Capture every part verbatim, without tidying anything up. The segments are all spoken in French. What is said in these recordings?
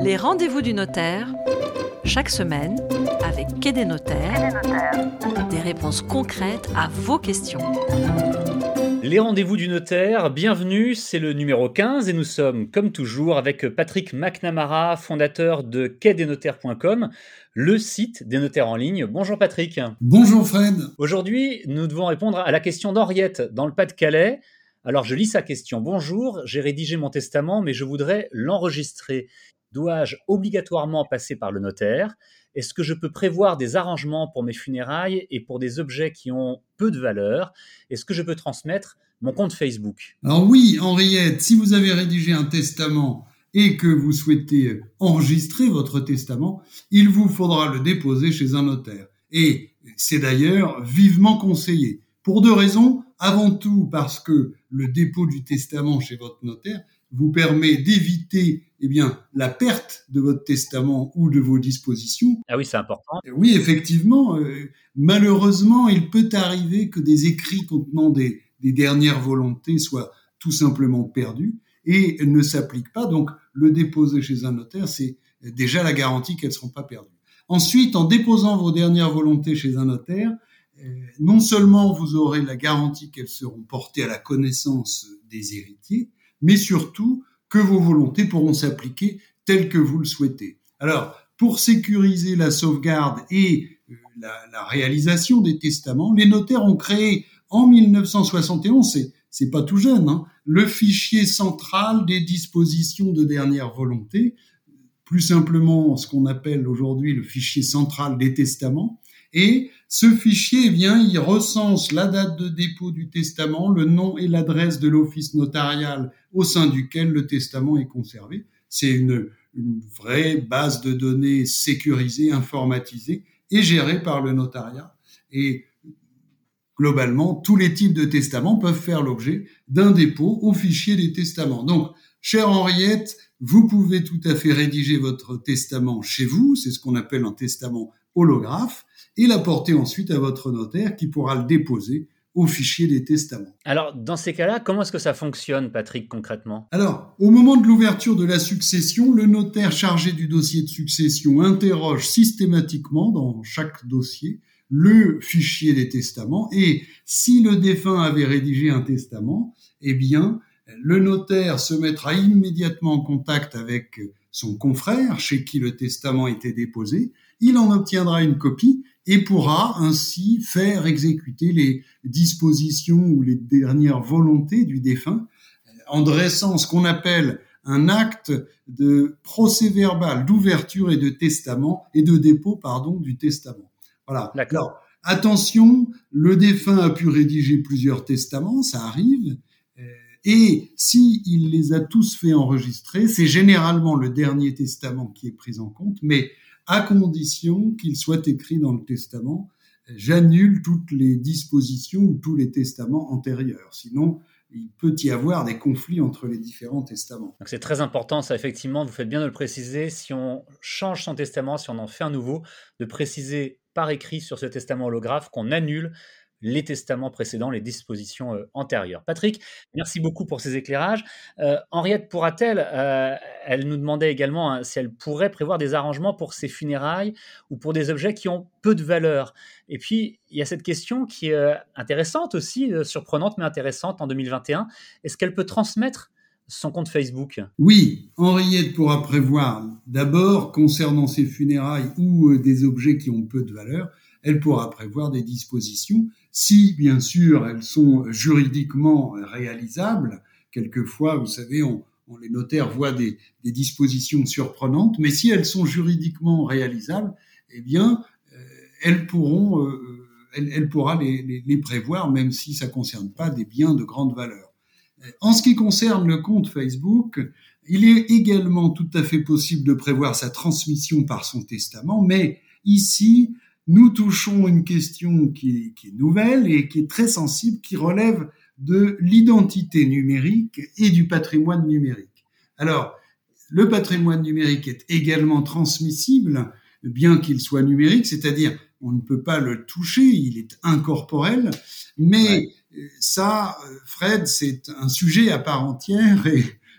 Les rendez-vous du notaire, chaque semaine, avec Quai des notaires, des réponses concrètes à vos questions. Les rendez-vous du notaire, bienvenue, c'est le numéro quinze et nous sommes, comme toujours, avec Patrick McNamara, fondateur de quai des notaires point com, le site des notaires en ligne. Bonjour Patrick. Bonjour Fred. Aujourd'hui, nous devons répondre à la question d'Henriette dans le Pas-de-Calais. Alors je lis sa question. Bonjour, j'ai rédigé mon testament, mais je voudrais l'enregistrer. Dois-je obligatoirement passer par le notaire ? Est-ce que je peux prévoir des arrangements pour mes funérailles et pour des objets qui ont peu de valeur ? Est-ce que je peux transmettre mon compte Facebook ? Alors oui, Henriette, si vous avez rédigé un testament et que vous souhaitez enregistrer votre testament, il vous faudra le déposer chez un notaire. Et c'est d'ailleurs vivement conseillé. Pour deux raisons. Avant tout parce que le dépôt du testament chez votre notaire vous permet d'éviter eh bien, la perte de votre testament ou de vos dispositions. Ah oui, c'est important. Oui, effectivement. Euh, malheureusement, il peut arriver que des écrits contenant des, des dernières volontés soient tout simplement perdus et ne s'appliquent pas. Donc, le déposer chez un notaire, c'est déjà la garantie qu'elles ne seront pas perdues. Ensuite, en déposant vos dernières volontés chez un notaire, euh, non seulement vous aurez la garantie qu'elles seront portées à la connaissance des héritiers, mais surtout que vos volontés pourront s'appliquer telles que vous le souhaitez. Alors, pour sécuriser la sauvegarde et euh, la, la réalisation des testaments, les notaires ont créé en dix-neuf cent soixante et onze, c'est, c'est pas tout jeune, hein, le fichier central des dispositions de dernière volonté, plus simplement ce qu'on appelle aujourd'hui le fichier central des testaments. Et ce fichier, eh bien, il recense la date de dépôt du testament, le nom et l'adresse de l'office notarial au sein duquel le testament est conservé. C'est une, une vraie base de données sécurisée, informatisée et gérée par le notariat. Et globalement, tous les types de testaments peuvent faire l'objet d'un dépôt au fichier des testaments. Donc, chère Henriette, vous pouvez tout à fait rédiger votre testament chez vous, c'est ce qu'on appelle un testament holographe, et l'apporter ensuite à votre notaire qui pourra le déposer au fichier des testaments. Alors, dans ces cas-là, comment est-ce que ça fonctionne, Patrick, concrètement ? Alors, au moment de l'ouverture de la succession, le notaire chargé du dossier de succession interroge systématiquement dans chaque dossier le fichier des testaments et si le défunt avait rédigé un testament, eh bien, le notaire se mettra immédiatement en contact avec son confrère chez qui le testament était déposé. Il en obtiendra une copie et pourra ainsi faire exécuter les dispositions ou les dernières volontés du défunt en dressant ce qu'on appelle un acte de procès-verbal d'ouverture et de testament et de dépôt, pardon, du testament. Voilà. D'accord. Alors, attention, le défunt a pu rédiger plusieurs testaments, ça arrive. Et si il les a tous fait enregistrer, c'est généralement le dernier testament qui est pris en compte, mais à condition qu'il soit écrit dans le testament, j'annule toutes les dispositions ou tous les testaments antérieurs. Sinon, il peut y avoir des conflits entre les différents testaments. Donc c'est très important, ça, effectivement, vous faites bien de le préciser. Si on change son testament, si on en fait un nouveau, de préciser par écrit sur ce testament holographe qu'on annule les testaments précédents, les dispositions euh, antérieures. Patrick, merci beaucoup pour ces éclairages. Euh, Henriette pourra-t-elle, euh, elle nous demandait également hein, si elle pourrait prévoir des arrangements pour ses funérailles ou pour des objets qui ont peu de valeur. Et puis, il y a cette question qui est euh, intéressante aussi, euh, surprenante mais intéressante en deux mille vingt et un. Est-ce qu'elle peut transmettre son compte Facebook ? Oui, Henriette pourra prévoir d'abord, concernant ses funérailles ou euh, des objets qui ont peu de valeur, elle pourra prévoir des dispositions si, bien sûr, elles sont juridiquement réalisables. Quelquefois, vous savez, on, on les notaires voient des, des dispositions surprenantes, mais si elles sont juridiquement réalisables, eh bien, euh, elles pourront, euh, elle, elle pourra les, les, les prévoir, même si ça ne concerne pas des biens de grande valeur. En ce qui concerne le compte Facebook, il est également tout à fait possible de prévoir sa transmission par son testament, mais ici, nous touchons une question qui est, qui est nouvelle et qui est très sensible, qui relève de l'identité numérique et du patrimoine numérique. Alors, le patrimoine numérique est également transmissible, bien qu'il soit numérique, c'est-à-dire on ne peut pas le toucher, il est incorporel, mais ouais. Ça, Fred, c'est un sujet à part entière et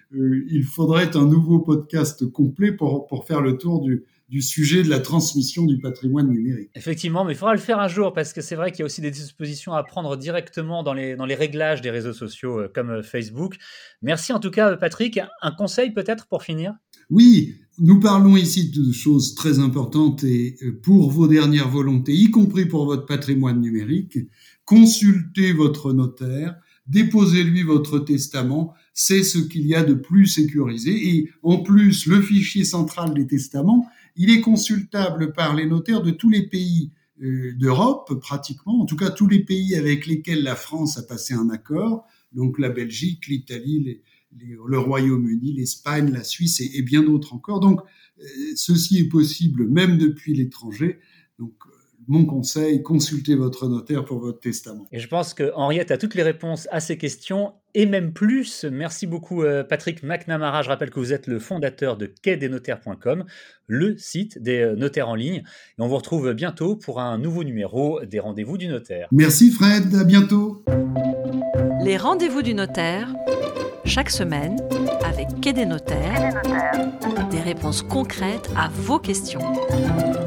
euh, il faudrait un nouveau podcast complet pour, pour faire le tour du, du sujet de la transmission du patrimoine numérique. Effectivement, mais il faudra le faire un jour parce que c'est vrai qu'il y a aussi des dispositions à prendre directement dans les, dans les réglages des réseaux sociaux euh, comme euh, Facebook. Merci en tout cas, Patrick. Un conseil peut-être pour finir ? Oui, nous parlons ici de choses très importantes et pour vos dernières volontés, y compris pour votre patrimoine numérique, consultez votre notaire, déposez-lui votre testament, c'est ce qu'il y a de plus sécurisé. Et en plus, le fichier central des testaments, il est consultable par les notaires de tous les pays euh, d'Europe, pratiquement, en tout cas tous les pays avec lesquels la France a passé un accord, donc la Belgique, l'Italie, les le Royaume-Uni, l'Espagne, la Suisse et, et bien d'autres encore. Donc, euh, ceci est possible même depuis l'étranger. Donc, euh, mon conseil, consultez votre notaire pour votre testament. Et je pense que Henriette a toutes les réponses à ces questions et même plus. Merci beaucoup, euh, Patrick McNamara. Je rappelle que vous êtes le fondateur de quai des notaires point com, le site des notaires en ligne. Et on vous retrouve bientôt pour un nouveau numéro des Rendez-vous du notaire. Merci Fred, à bientôt. Les Rendez-vous du notaire, chaque semaine, avec Quai des notaires, des réponses concrètes à vos questions.